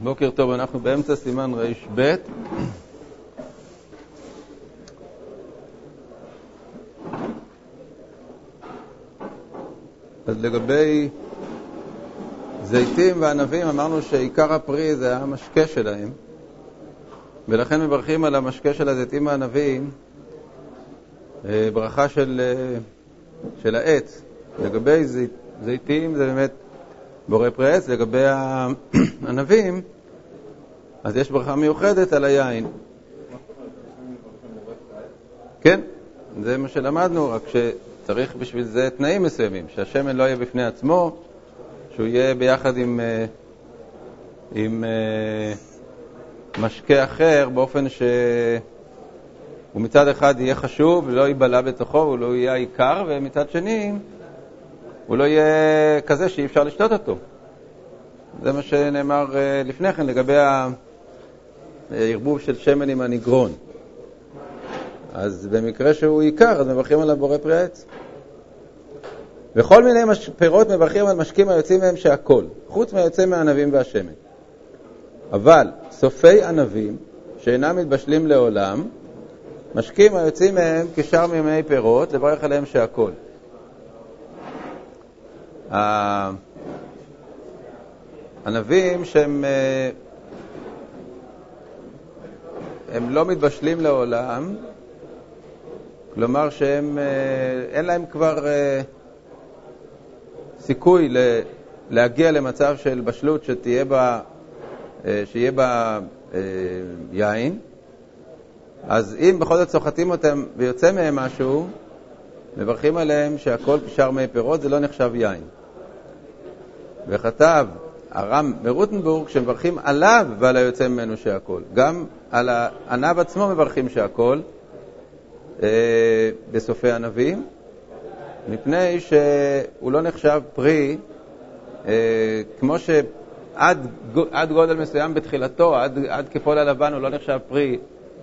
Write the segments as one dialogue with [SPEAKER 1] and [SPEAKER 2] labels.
[SPEAKER 1] בוקר טוב, אנחנו באמצע סימן רש ב'. אז לגבי זיתים וענבים אמרנו שעיקר הפרי זה המשקה שלהם, ולכן מברכים על המשקה של הזיתים והענבים ברכה של העץ. לגבי זיתים זה באמת בורא פרי עץ, לגבי הענבים אז יש ברכה מיוחדת על היין. כן, זה מה שלמדנו, רק שצריך בשביל זה תנאים מסוימים, שהשמן לא יהיה בפני עצמו, שהוא יהיה ביחד עם משקה אחר, באופן שהוא מצד אחד יהיה חשוב ולא ייבלע בתוכו, הוא לא יהיה העיקר, ומצד שני הוא לא יהיה כזה שאי אפשר לשתות אותו. זה מה שנאמר לפני כן לגבי הערבוב של שמן עם הנגרון. אז במקרה שהוא עיקר, אז מברכים עליו בורא פרי עץ. וכל מיני פירות מברכים על משקים היוצאים מהם שהכל, חוץ מהיוצא מהענבים והשמן. אבל סופי ענבים שאינם מתבשלים לעולם, משקים היוצאים מהם כשאר מימי פירות, לברך עליהם שהכל. הענבים שהם הם לא מתבשלים לעולם, כלומר שהם אין להם כבר סיכוי להגיע למצב של בשלות שיהיה בה יין, אז אם בכל זאת סוחטים אותם ויוצא מהם משהו, מברכים עליהם שהכל כשאר מי פירות, זה לא נחשב יין. וכתב הרם מרוטנבורג שמברכים עליו ועל היוצא ממנו שהכל. גם על הענב עצמו מברכים שהכל בסופי ענבים, מפני שהוא לא נחשב פרי, כמו שעד גודל מסוים בתחילתו, עד כפול הלבן הוא לא נחשב פרי,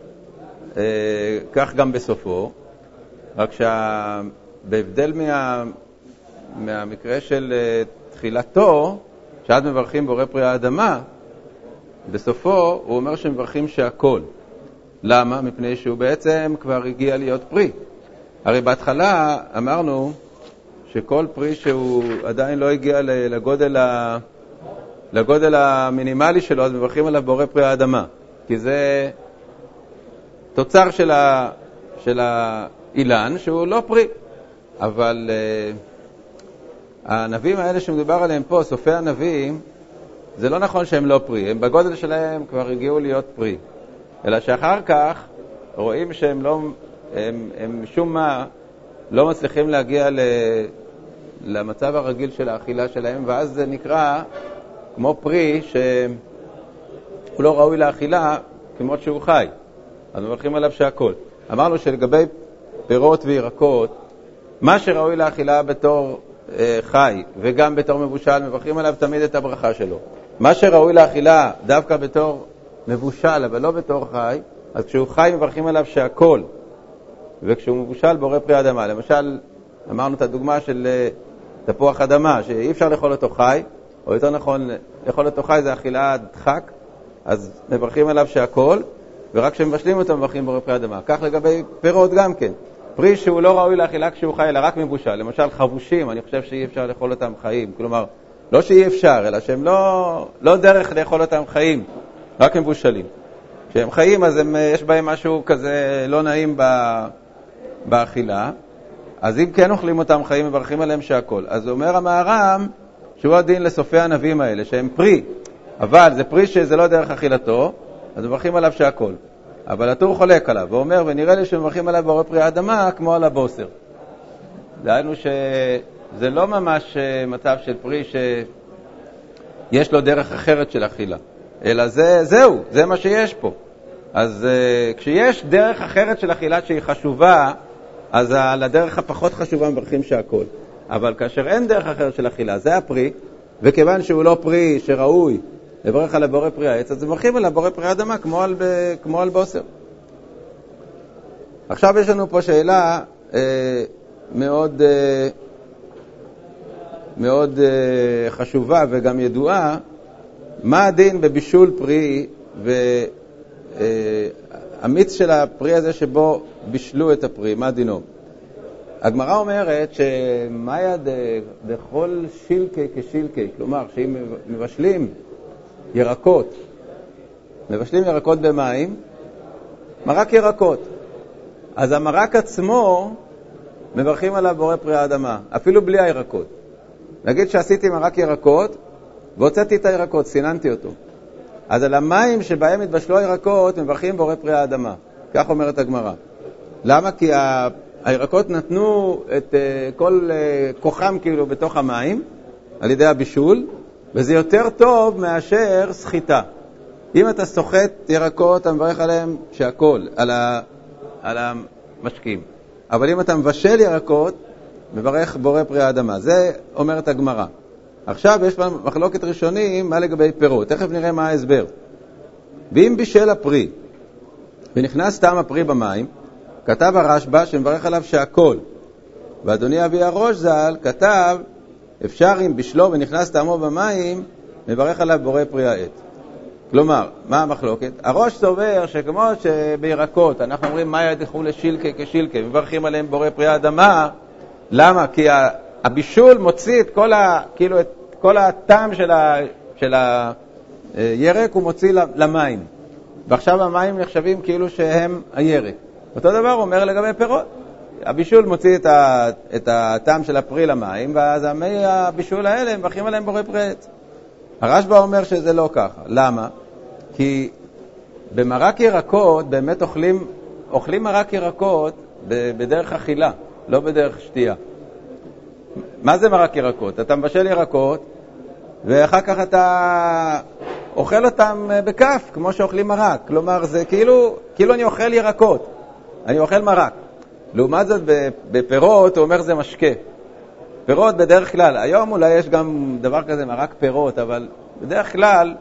[SPEAKER 1] כך גם בסופו. רק שבהבדל מהמקרה של תחילתו, שעד מברכים בורא פרי האדמה, בסופו הוא אומר שמברכים שהכל. למה? מפני שהוא בעצם כבר הגיע להיות פרי. הרי בהתחלה אמרנו שכל פרי שהוא עדיין לא הגיע לגודל המינימלי שלו, אז מברכים עליו בורא פרי האדמה. כי זה תוצר של האילן שהוא לא פרי. אבל הענבים האלה שמדובר עליהם פה, סופי הענבים, זה לא נכון שהם לא פרי. הם בגודל שלהם כבר הגיעו להיות פרי. אלא שאחר כך רואים שהם לא, הם משום מה לא מצליחים להגיע למצב הרגיל של האכילה שלהם, ואז זה נקרא כמו פרי שהוא לא ראוי לאכילה כמות שהוא חי. אז מברכים עליו שהכל. אמרנו שלגבי פירות וירקות, מה שראוי לאכילה בתור חי וגם בתור מבושל, מברכים עליו תמיד את הברכה שלו. מה שראוי לאכילה דווקא בתור מבושל אבל לא בתור חי, אז כשהוא חי מברכים עליו שהכל, וכשהוא מבושל בורא פרי אדמה. למשל אמרנו את הדוגמה של תפוח אדמה, שאי אפשר לאכול אותו חי, או יותר נכון לאכול אותו חי זה אכילה דחק, אז מברכים עליו שהכל, ורק כשמבשלים אותו מברכים בורא פרי אדמה. כך לגבי פירות גם כן, פרי שהוא לא ראוי לאכילה כשהוא חי אלא רק מבושל. למשל חבושים, אני חושב שאי אפשר לאכול אותם חיים, כלומר לא שאי אפשר, אלא שהם לא דרך לאכול אותם חיים, רק מבושלים. כשהם חיים אז יש בהם משהו כזה לא נעים באכילה, אז אם כן אוכלים אותם חיים מברכים עליהם שהכל. אז אומר המהר"ם שהוא הדין לסופי הענבים האלה שהם פרי, אבל זה פרי שזה לא דרך אכילתו, אז מברכים עליו שהכל. אבל הטור חולק עליו ואומר, ונראה לי שמברכים עליו בורא פרי האדמה כמו על הבוסר. דהיינו שזה לא ממש מצב של פרי שיש לו דרך אחרת של אכילה, אלא זה מה שיש פה. אז כשיש דרך אחרת של אכילה שהיא חשובה, אז על הדרך הפחות חשובה מברכים שהכל. אבל כאשר אין דרך אחרת של אכילה, זה הפרי, וכיוון שהוא לא פרי שראוי לברך על בורא פרי העץ, אז מברכים על בורא פרי האדמה כמו על בוסר. עכשיו יש לנו פה שאלה מאוד חשובה וגם ידועה, מה הדין בבישול פרי והמיץ של הפרי הזה שבו בישלו את הפרי, מה דינו? הגמרא אומרת שמה יד בכל שילקי כשילקי, כלומר שאם מבשלים ירקות במים, מרק ירקות, אז המרק עצמו מברכים עליו בורא פרי האדמה, אפילו בלי הירקות. נגיד שעשיתי מרק ירקות והוצאתי את הירקות, סיננתי אותו, אז על המים שבהם התבשלו הירקות מברכים בורא פרי האדמה. כך אומרת הגמרא. למה? כי הירקות נתנו את כל כוחם כאילו בתוך המים על ידי הבישול, וזה יותר טוב מאשר סחיטה. אם אתה סוחט ירקות, אתה מברך עליהם שהכל, על המשקים. אבל אם אתה מבשל ירקות, מברך בורא פרי האדמה. זה אומרת הגמרא. עכשיו יש מחלוקת ראשונים מה לגבי פירות. תכף נראה מה ההסבר. ואם בישל הפרי ונכנס טעם הפרי במים, כתב הרשב"א שמברך עליו שהכל. ואדוני אבי הראש ז"ל כתב, אפשר אם בישלו ונכנס טעמו במים, מברך עליו בורא פרי העץ. כלומר, מה המחלוקת? הראש סובר שכמו שבירקות אנחנו אומרים מה ידחו לשילקי כשילקי, מברכים עליהם בורא פרי האדמה. למה? כי הבישול מוציא את כל הטעם של הירק, הוא מוציא למים. ועכשיו המים נחשבים כאילו שהם הירק. אותו דבר אומר לגבי פירות. הבישול מוציא את הטעם של הפרי למים, ואז המי הבישול האלה מברכים עליהם בורא פרי העץ. הרשב"א אומר שזה לא ככה. למה? כי במרק ירקות באמת אוכלים מרק ירקות בדרך אכילה, לא בדרך שתייה. מה זה מרק ירקות? אתה מבשל ירקות, ואחר כך אתה אוכל אותם בכף, כמו שאוכלים מרק. כלומר, זה כאילו אני אוכל ירקות, אני אוכל מרק. לעומת זאת, בפירות הוא אומר זה משקה. פירות בדרך כלל, היום אולי יש גם דבר כזה מרק פירות, אבל בדרך כלל,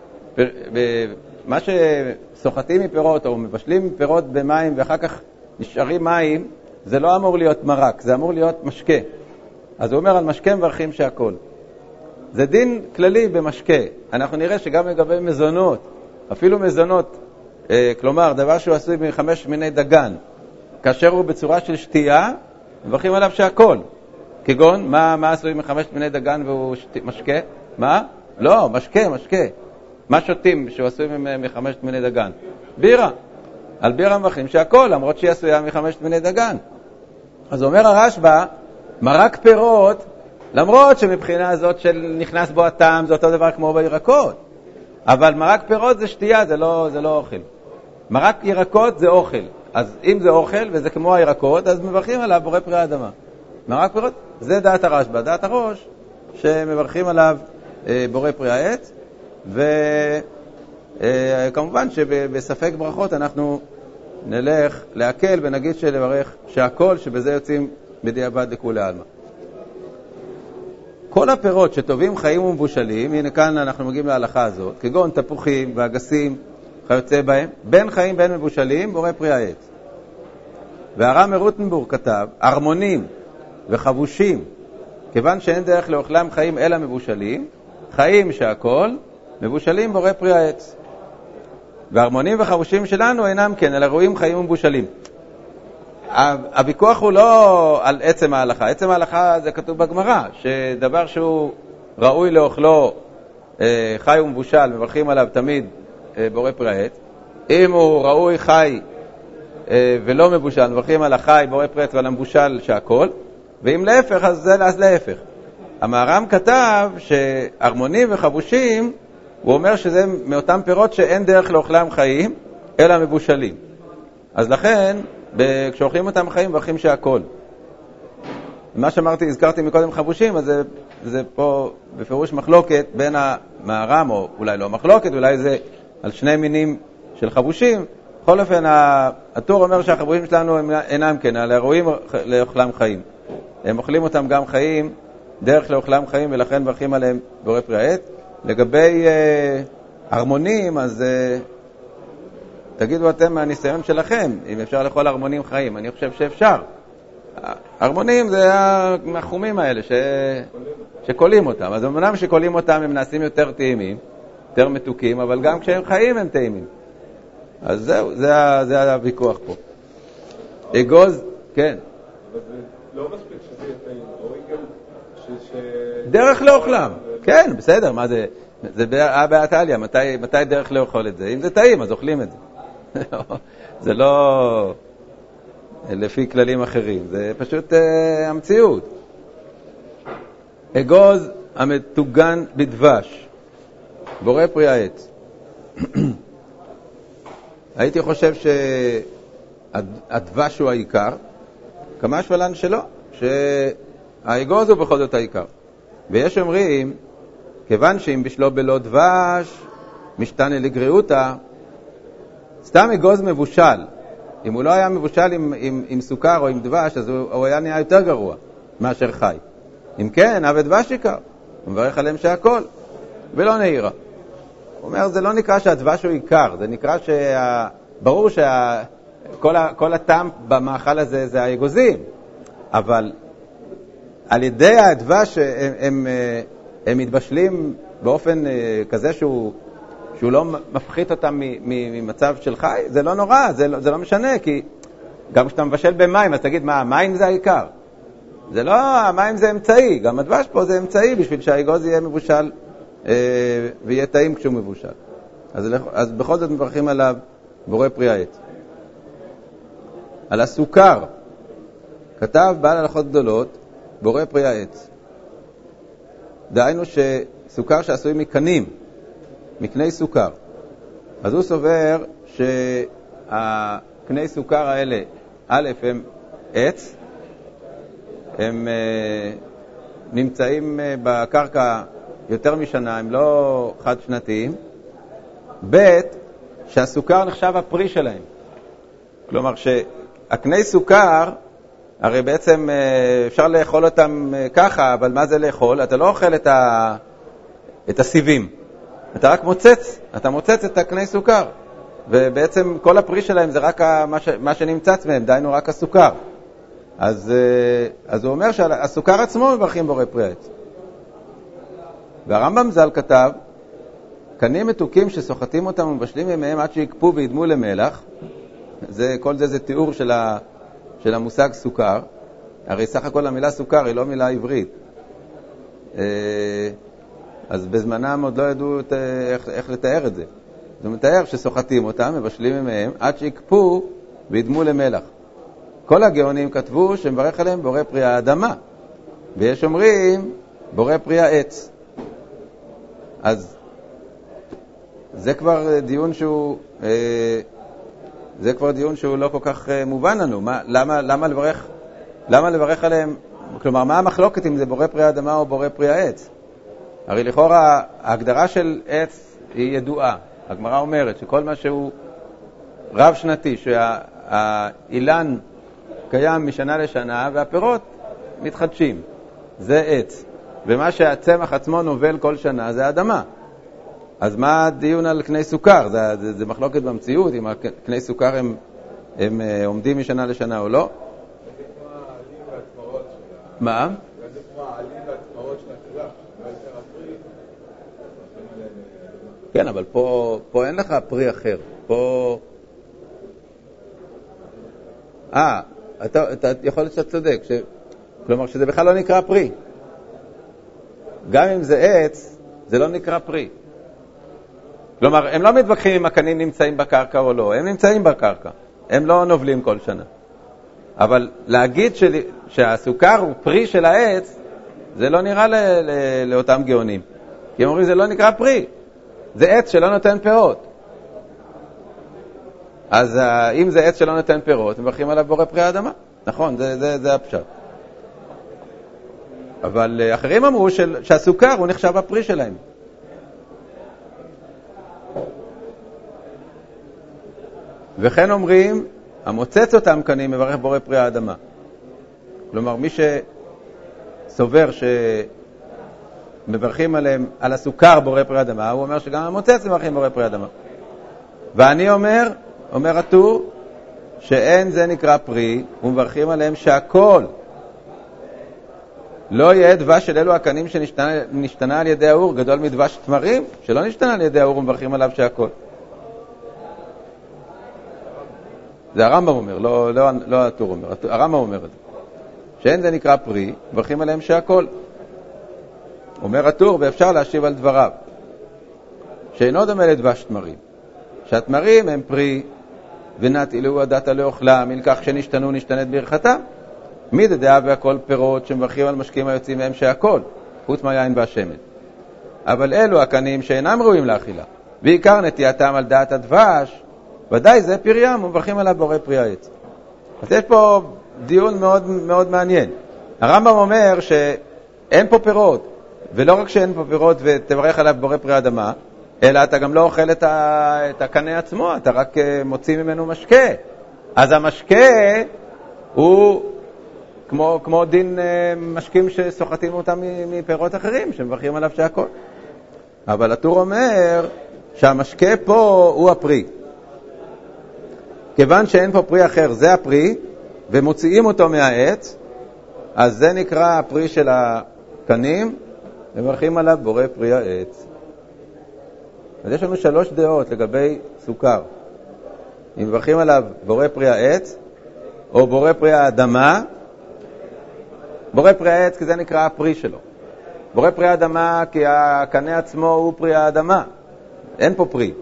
[SPEAKER 1] מה שסוחטים מפירות או מבשלים מפירות במים ואחר כך נשארים מים, זה לא אמור להיות מרק, זה אמור להיות משקה. אז הוא אומר על משקה מברכים שהכל. זה דין כללי במשקה. אנחנו נראה שגם לגבי מזונות, אפילו מזונות, כלומר דבר שהוא עשוי מ5 מיני דגן, כאשר הוא בצורה של שתייה, מברכים עליו שהכל. כגון, מה עשוי מ5 מיני דגן והוא משקה? מה? לא, משקה. מה שותים שהוא עשוי מ5 מיני דגן? בירה. על בירה מברכים שהכל, למרות שהיא עשויה מ5 מיני דגן. אז אומר הרשב"א, מרק פירות, למרות שמבחינה הזאת של נכנס בו הטעם, זה אותו דבר כמו בירקות. אבל מרק פירות זה שתייה, זה לא אוכל. מרק ירקות זה אוכל. אז אם זה אוכל וזה כמו הירקות, אז מברכים עליו בורא פרי האדמה. מרק פירות, זה דעת הרשב"א. דעת הראש שמברכים עליו בורא פרי העץ, וכמובן שבספק ברכות אנחנו נלך להקל ונגיד שלברך שהכל, שבזה יוצאים בדיעבד לכולי עלמא. כל הפירות שטובים חיים ומבושלים, הנה כאן אנחנו מגיעים להלכה הזאת, כגון תפוחים ואגסים חיוצא בהם, בין חיים בין מבושלים בורא פרי העץ. והר"ם מרוטנבורג כתב, ארמונים וחבושים, כיוון שאין דרך לאוכלם חיים אלא מבושלים, חיים שהכל, מבושלים בורא פרי העץ. והארמונים וחבושים שלנו אינם כן, אלא רואים חיים ומבושלים. הוויכוח הוא לא על עצם ההלכה. עצם ההלכה זה כתוב בגמרא, שדבר שהוא ראוי לאוכלו חי ומבושל, מברכים עליו תמיד בורא פרי העץ. אם הוא ראוי חי ולא מבושל, מברכים על החי בורא פרי העץ ועל המבושל שהכל. ואם להפך, אז זה להפך. המהר"ם כתב שארמונים וחבושים, הוא אומר שזה מאותם פירות שאין דרך לאוכלם חיים, אלא מבושלים. אז לכן, כשאוכלים אותם חיים, מברכים שהכל. מה שאמרתי, הזכרתי מקודם חבושים, אז זה פה בפירוש מחלוקת בין המהר"ם, או אולי לא מחלוקת, אולי זה על שני מינים של חבושים. בכל אופן, הטור אומר שהחבושים שלנו אינם כן, אלא ראויים לאוכלם חיים. הם אוכלים אותם גם חיים, דרך לאוכלם חיים, ולכן מברכים עליהם בורא פרי העץ. לגבי ארמונים, אז תגידו אתם מהניסיון שלכם, אם אפשר לאכול ארמונים חיים. אני חושב שאפשר. ארמונים זה החומים האלה שקולים אותם. אז אמנם שקולים אותם הם נעשים יותר טעימים, יותר מתוקים, אבל גם כשהם חיים הם טעימים. אז זהו, זה הוויכוח פה. אגוז, כן.
[SPEAKER 2] אבל זה לא מספיק שזה יהיה טעים, ראוי גם
[SPEAKER 1] דרך לאוכלם, כן, בסדר, מה זה? זה בעיית עליה, מתי דרך לאכול את זה? אם זה טעים, אז אוכלים את זה. זה לא לפי כללים אחרים, זה פשוט המציאות. אגוז המטוגן בדבש, בורא פרי העץ. הייתי חושב שהדבש הוא העיקר, כמה שפלן שלא, שהאגוז הוא בכל זאת העיקר. ויש אומרים, כיוון שאם בשלו בלא דבש, משתנה לגריעותה, סתם אגוז מבושל. אם הוא לא היה מבושל עם סוכר או עם דבש, אז הוא היה נהיה יותר גרוע מאשר חי. אם כן, אב דבש עיקר. הוא מברך עליהם שהכל, ולא נעירה. הוא אומר, זה לא נקרא שהדבש הוא עיקר, זה נקרא ברור שכל הטעם במאכל הזה זה האגוזים, אבל על ידי הדבש הם מתבשלים באופן כזה שהוא לא מפחית אותם ממצב של חי, זה לא נורא, זה לא משנה, כי גם כשאתה מבשל במים, אז תגיד, מה, המים זה העיקר? זה לא, המים זה אמצעי, גם הדבש פה זה אמצעי בשביל שהאגוז יהיה מבושל ויהיה טעים כשהוא מבושל. אז בכל זאת מברכים עליו בורא פרי העץ. על הסוכר, כתב בעל הלכות גדולות, בורא פרי העץ. דהיינו שסוכר שעשוי מקנים, מקני סוכר. אז הוא סובר שהקני סוכר האלה, א' הם עץ, הם נמצאים בקרקע יותר משנה, הם לא חד שנתיים. ב' שהסוכר נחשב הפרי שלהם. כלומר שהקני סוכר, הרי בעצם אפשר לאכול אותם ככה, אבל מה זה לאכול? אתה לא אוכל את הסיבים. אתה רק מוצץ את הקני סוכר. ובעצם כל הפרי שלהם זה רק מה שנמצץ מהם, דיינו רק הסוכר. אז הוא אומר שהסוכר עצמו מברכים בורא פרי העץ. והרמב"ם ז"ל כתב, קנים מתוקים שסוחטים אותם ומבשלים מהם עד שיקפו וידמו למלח. כל זה תיאור של המושג סוכר. הרי סך הכל המילה סוכר היא לא מילה עברית. אז בזמנם עוד לא ידעו איך לתאר את זה. זה מתאר שסוחטים אותם, מבשלים מהם עד שיקפו וידמו למלח. כל הגאונים כתבו שמברך עליהם בורא פרי האדמה, ויש אומרים בורא פרי העץ. אז זה כבר דיון שהוא לא כל כך מובן לנו. למה לברך עליהם? כלומר, מה המחלוקת אם זה בורא פרי האדמה או בורא פרי העץ? הרי לכאורה ההגדרה של עץ היא ידועה. הגמרא אומרת שכל מה שהוא רב שנתי, שהאילן קיים משנה לשנה והפירות מתחדשים, זה עץ. ומה שהצמח עצמו נובל כל שנה זה אדמה. אז מה הדיון על קני סוכר? זה מחלוקת במציאות, אם קני סוכר הם עומדים משנה לשנה או לא?
[SPEAKER 2] זה כמו העלים והצמרות שלה.
[SPEAKER 1] מה?
[SPEAKER 2] זה כמו העלים והצמרות של הקלף, לא יותר הפרי.
[SPEAKER 1] כן, אבל פה אין לך פרי אחר. פה... אתה יכול להיות שאתה צודק, כלומר שזה בכלל לא נקרא פרי. גם אם זה עץ, זה לא נקרא פרי. כלומר, הם לא מתווכחים אם הקנים נמצאים בקרקע או לא, הם נמצאים בקרקע, הם לא נובלים כל שנה. אבל להגיד שהסוכר הוא פרי של העץ, זה לא נראה לאותם גאונים. כי הם אומרים, זה לא נקרא פרי, זה עץ שלא נותן פירות. אז אם זה עץ שלא נותן פירות, מברכים עליו בורא פרי האדמה. נכון, זה הפשט. אבל אחרים אמרו שהסוכר הוא נחשב הפרי שלהם. וכן אומרים, המוצץ אותם קנים מברך בורא פרי האדמה. כלומר, מי שסובר שמברכים עליהם, על הסוכר בורא פרי האדמה, הוא אומר שגם המוצץ מברכים בורא פרי האדמה. ואני אומר הטור, שאין זה נקרא פרי, ומברכים עליהם שהכל. לא יהיה דבש של אלו הקנים שנשתנה על ידי האור גדול מדבש תמרים, שלא נשתנה על ידי האור ומברכים עליו שהכל. זה הרמב"ם אומר, לא הטור אומר, הרמב"ם אומר את זה. שאין זה נקרא פרי, מברכים עליהם שהכל. אומר הטור, ואפשר להשיב על דבריו, שאינו דומה לדבש תמרים, שהתמרים הם פרי, ונטילו הדעת לאוכלם, מלכך שנשתנו נשתנת ברכתם. מי דדעה והכל פירות שמברכים על משקים היוצאים מהם שהכל, חוץ מהיין והשמן. אבל אלו הקנים שאינם ראויים לאכילה, בעיקר נטייתם על דעת הדבש, ודאי זה פריים ומברכים עליו בורא פרי העץ. אז יש פה דיון מאוד מאוד מעניין. הרמב"ם אומר שאין פה פירות, ולא רק שאין פה פירות ותברך עליו בורא פרי האדמה, אלא אתה גם לא אוכל את הקנה עצמו, אתה רק מוציא ממנו משקה. אז המשקה הוא כמו דין משקים שסוחטים אותם מפירות אחרים, שמברכים עליו שהכל. אבל הטור אומר שהמשקה פה הוא הפרי. כיוון שאין פה פרי אחר, זה הפרי, ומוציאים אותו מהעץ, אז זה נקרא הפרי של הקנים, ומברכים עליו בורא פרי העץ. אז יש לנו 3 דעות לגבי סוכר. אם מברכים עליו בורא פרי העץ, או בורא פרי האדמה, בורא פרי העץ כי זה נקרא הפרי שלו. בורא פרי האדמה כי הקנה עצמו הוא פרי האדמה. אין פה פרי.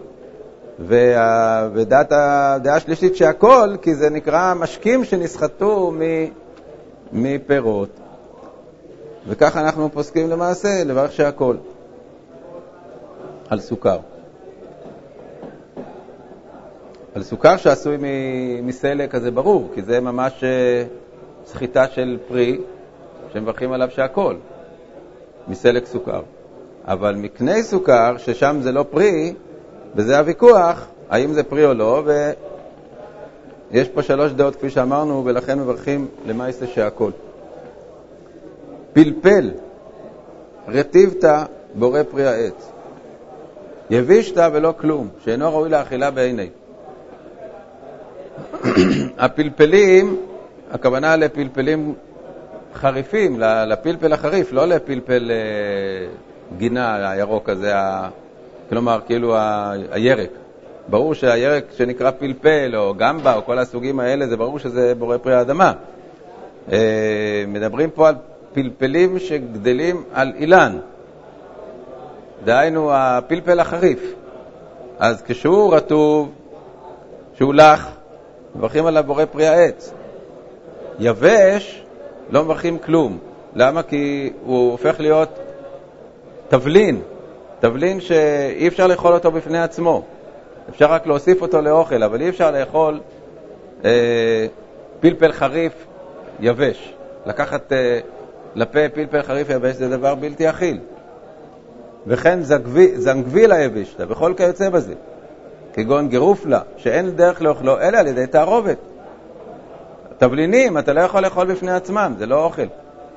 [SPEAKER 1] והדעה השלישית שהכל, כי זה נקרא משקים שנסחטו מפירות. וכך אנחנו פוסקים למעשה לברך שהכל. על סוכר. על סוכר שעשוי מסלק, אז זה ברור, כי זה ממש סחיטה של פרי שמברכים עליו שהכל, מסלק סוכר. אבל מקנה סוכר, ששם זה לא פרי, וזה הוויכוח, האם זה פרי או לא, ויש פה 3 דעות כפי שאמרנו, ולכן מברכים למעשה שהכל. פלפל, רטיבת בורא פרי העץ. יבישת ולא כלום, שאינו ראוי לאכילה בעיני. הפלפלים, הכוונה לפלפלים חריפים, לפלפל החריף, לא לפלפל גינה, הירוק הזה, כלומר, כאילו הירק. ברור שהירק שנקרא פלפל, או גמבה, או כל הסוגים האלה, זה ברור שזה בורא פרי האדמה. מדברים פה על פלפלים שגדלים על אילן. דהיינו, הפלפל החריף. אז כשהוא רטוב, שהוא לח, מברכים עליו בורא פרי העץ. יבש, לא מברכים כלום. למה? כי הוא הופך להיות תבלין. תבלין שאי אפשר לאכול אותו בפני עצמו. אפשר רק להוסיף אותו לאוכל, אבל אי אפשר לאכול פלפל חריף יבש. לקחת לפה פלפל חריף יבש זה דבר בלתי אכיל. וכן זנגביל היבשת, בכל כיוצא בזה. כגון גירופלה, שאין דרך לאכלו, אלא על ידי תערובת. תבלינים, אתה לא יכול לאכול בפני עצמם, זה לא אוכל.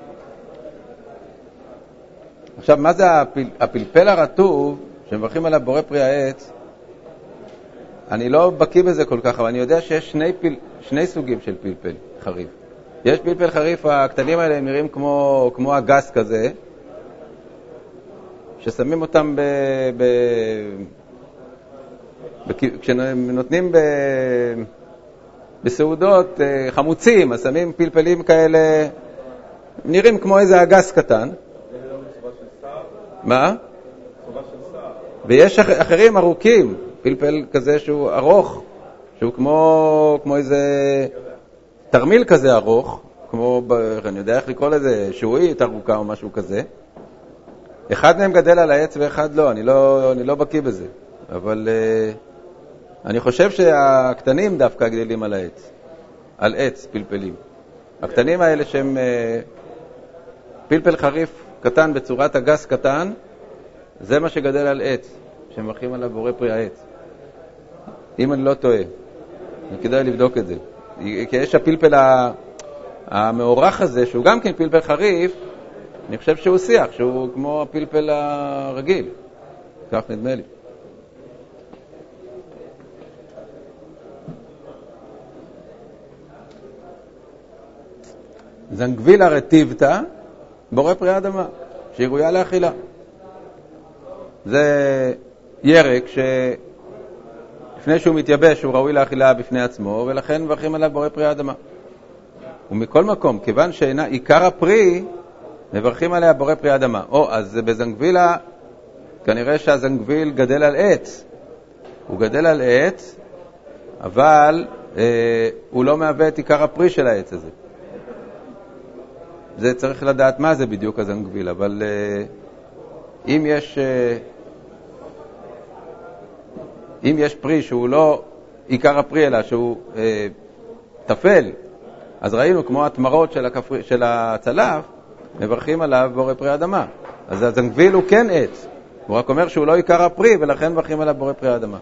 [SPEAKER 1] עכשיו, מה זה הפלפל הרטוב, שמברכים עליו בורא פרי העץ? אני לא בקיא בזה כל כך, אבל אני יודע שיש שני סוגים של פלפל חריף. יש פלפל חריף, הקטנים האלה הם נראים כמו הגס כזה, ששמים אותם כשנותנים בסעודות חמוצים, אז שמים פלפלים כאלה, נראים כמו איזה אגס קטן. מה? ויש אחרים ארוכים, פלפל כזה שהוא ארוך, שהוא כמו איזה תרמיל כזה ארוך, כמו, אני יודע איך לקרוא לזה, שועית ארוכה או משהו כזה. אחד מהם גדל על העץ ואחד לא, אני לא בקיא בזה. אבל אני חושב שהקטנים דווקא גדלים על העץ. על עץ פלפלים. הקטנים האלה שהם פלפל חריף קטן בצורת הגס קטן, זה מה שגדל על עץ, שמברכים עליו בורא פרי העץ. אם אני לא טועה, כדאי לבדוק את זה. כי יש הפלפל המאורח הזה, שהוא גם כן פלפל חריף, אני חושב שהוא שיח, שהוא כמו הפלפל הרגיל. כך נדמה לי. זנגביל הרטיבתא, בורא פרי האדמה, שהיא ראויה לאכילה. זה ירק שלפני שהוא מתייבש הוא ראוי לאכילה בפני עצמו, ולכן מברכים עליו בורא פרי האדמה. ומכל מקום, כיוון שאינה עיקר הפרי, מברכים עליה בורא פרי האדמה. אז בזנגווילה, כנראה שהזנגוויל גדל על עץ. הוא גדל על עץ, אבל הוא לא מהווה את עיקר הפרי של העץ הזה. זה צריך לדעת מה זה בדיוק הזנגוויל, אבל אם יש פרי שהוא לא עיקר הפרי אלא שהוא תפל, אז ראינו כמו התמרות של הצלף, מברכים עליו בורא פרי האדמה. אז הזנגוויל הוא כן עץ, הוא רק אומר שהוא לא עיקר הפרי, ולכן מברכים עליו בורא פרי האדמה.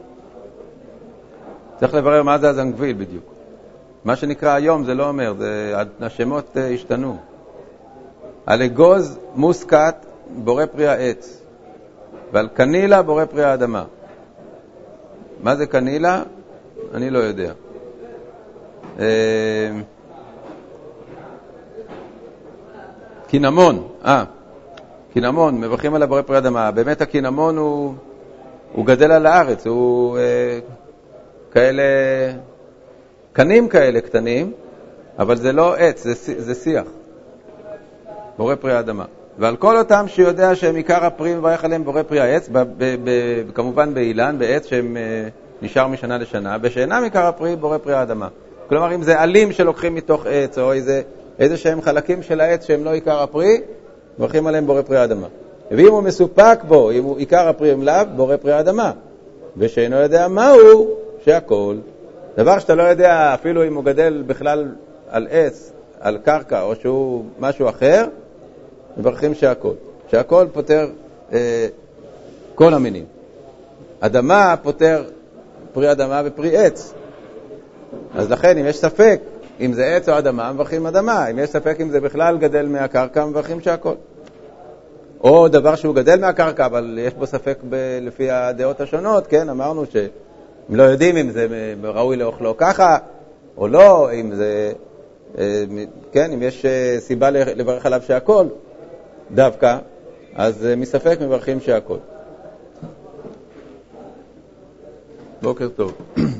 [SPEAKER 1] צריך לברר מה זה הזנגוויל בדיוק. מה שנקרא היום זה לא אומר, השמות השתנו. על אגוז מוסקת בורא פרי העץ, ועל קנילה בורא פרי האדמה. מה זה קנילה? אני לא יודע. קינמון, קינמון, מברכים עליו בורא פרי האדמה. באמת הקינמון הוא גדל על הארץ, הוא כאלה, קנים כאלה קטנים, אבל זה לא עץ, זה שיח. בורא פרי האדמה. ועל כל אותם שיודע שהם עיקר הפרי, מברך עליהם בורא פרי העץ, כמובן באילן, בעץ שהם נשאר משנה לשנה, בשאינם עיקר הפרי, בורא פרי האדמה. כלומר, אם זה עלים שלוקחים מתוך עץ, או איזה שהם חלקים של העץ שהם לא עיקר הפרי, מברכים עליהם בורא פרי האדמה. ואם הוא מסופק בו, אם הוא עיקר הפרי הם לאו, בורא פרי האדמה. ושאינו יודע מהו, שהכל. דבר שאתה לא יודע, אפילו אם הוא גדל בכלל על עץ, על קרקע, או שהוא משהו אחר, מברכים שהכל. שהכל פותר כל המינים. אדמה פותר פרי אדמה ופרי עץ. אז לכן, אם יש ספק, אם זה עץ או אדמה, מברכים אדמה. אם יש ספק אם זה בכלל גדל מהקרקע, מברכים שהכל. או דבר שהוא גדל מהקרקע, אבל יש בו ספק לפי הדעות השונות, כן? אמרנו שהם לא יודעים אם זה ראוי לאוכלו ככה, או לא, אם זה, כן, אם יש סיבה לברך עליו שהכל, דווקא, אז מספק מברכים שהכל. בוקר טוב.